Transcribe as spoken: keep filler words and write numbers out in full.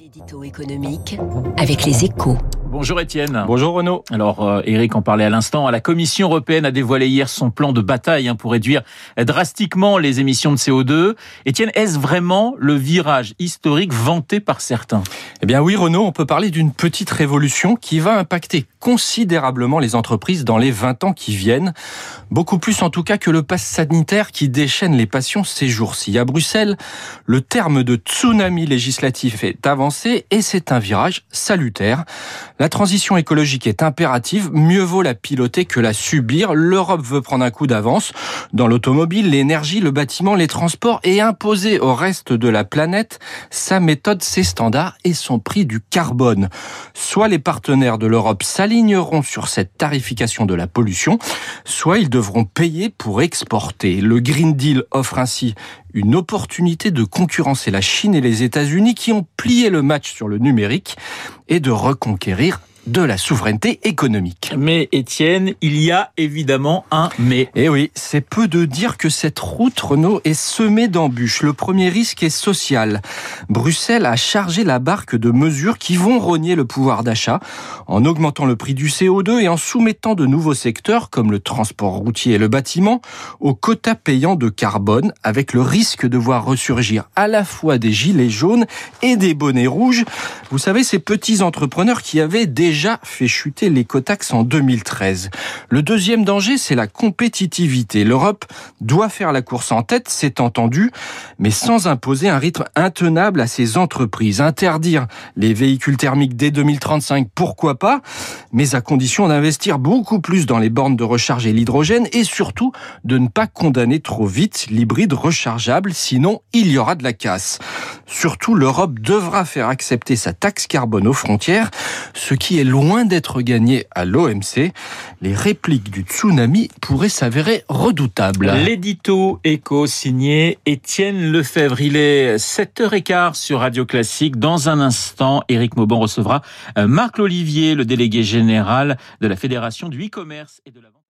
L'édito économique avec les Échos. Bonjour Étienne. Bonjour Renaud. Alors euh, Eric en parlait à l'instant, la Commission européenne a dévoilé hier son plan de bataille hein, pour réduire drastiquement les émissions de C O deux. Étienne, est-ce vraiment le virage historique vanté par certains ? Eh bien oui Renaud, on peut parler d'une petite révolution qui va impacter considérablement les entreprises dans les vingt ans qui viennent. Beaucoup plus en tout cas que le pass sanitaire qui déchaîne les passions ces jours-ci. À Bruxelles, le terme de tsunami législatif est avancé et c'est un virage salutaire. La transition écologique est impérative, mieux vaut la piloter que la subir. L'Europe veut prendre un coup d'avance dans l'automobile, l'énergie, le bâtiment, les transports et imposer au reste de la planète sa méthode, ses standards et son prix du carbone. Soit les partenaires de l'Europe s'aligneront sur cette tarification de la pollution, soit ils devront payer pour exporter. Le Green Deal offre ainsi une opportunité de concurrencer la Chine et les États-Unis qui ont plié le match sur le numérique et de reconquérir de la souveraineté économique. Mais Étienne, il y a évidemment un mais. Eh oui, c'est peu de dire que cette route, Renaud, est semée d'embûches. Le premier risque est social. Bruxelles a chargé la barque de mesures qui vont rogner le pouvoir d'achat en augmentant le prix du C O deux et en soumettant de nouveaux secteurs comme le transport routier et le bâtiment aux quotas payants de carbone, avec le risque de voir ressurgir à la fois des gilets jaunes et des bonnets rouges. Vous savez, ces petits entrepreneurs qui avaient déjà déjà fait chuter l'écotaxe en deux mille treize. Le deuxième danger, c'est la compétitivité. L'Europe doit faire la course en tête, c'est entendu, mais sans imposer un rythme intenable à ses entreprises. Interdire les véhicules thermiques dès deux mille trente-cinq, pourquoi pas, mais à condition d'investir beaucoup plus dans les bornes de recharge et l'hydrogène et surtout de ne pas condamner trop vite l'hybride rechargeable, sinon il y aura de la casse. Surtout, l'Europe devra faire accepter sa taxe carbone aux frontières, ce qui est loin d'être gagné à l'O M C. Les répliques du tsunami pourraient s'avérer redoutables. L'édito éco signé Étienne Lefebvre. Il est sept heures quinze sur Radio Classique. Dans un instant, Éric Mauban recevra Marc Lolivier, le délégué général de la Fédération du e-commerce et de la vente.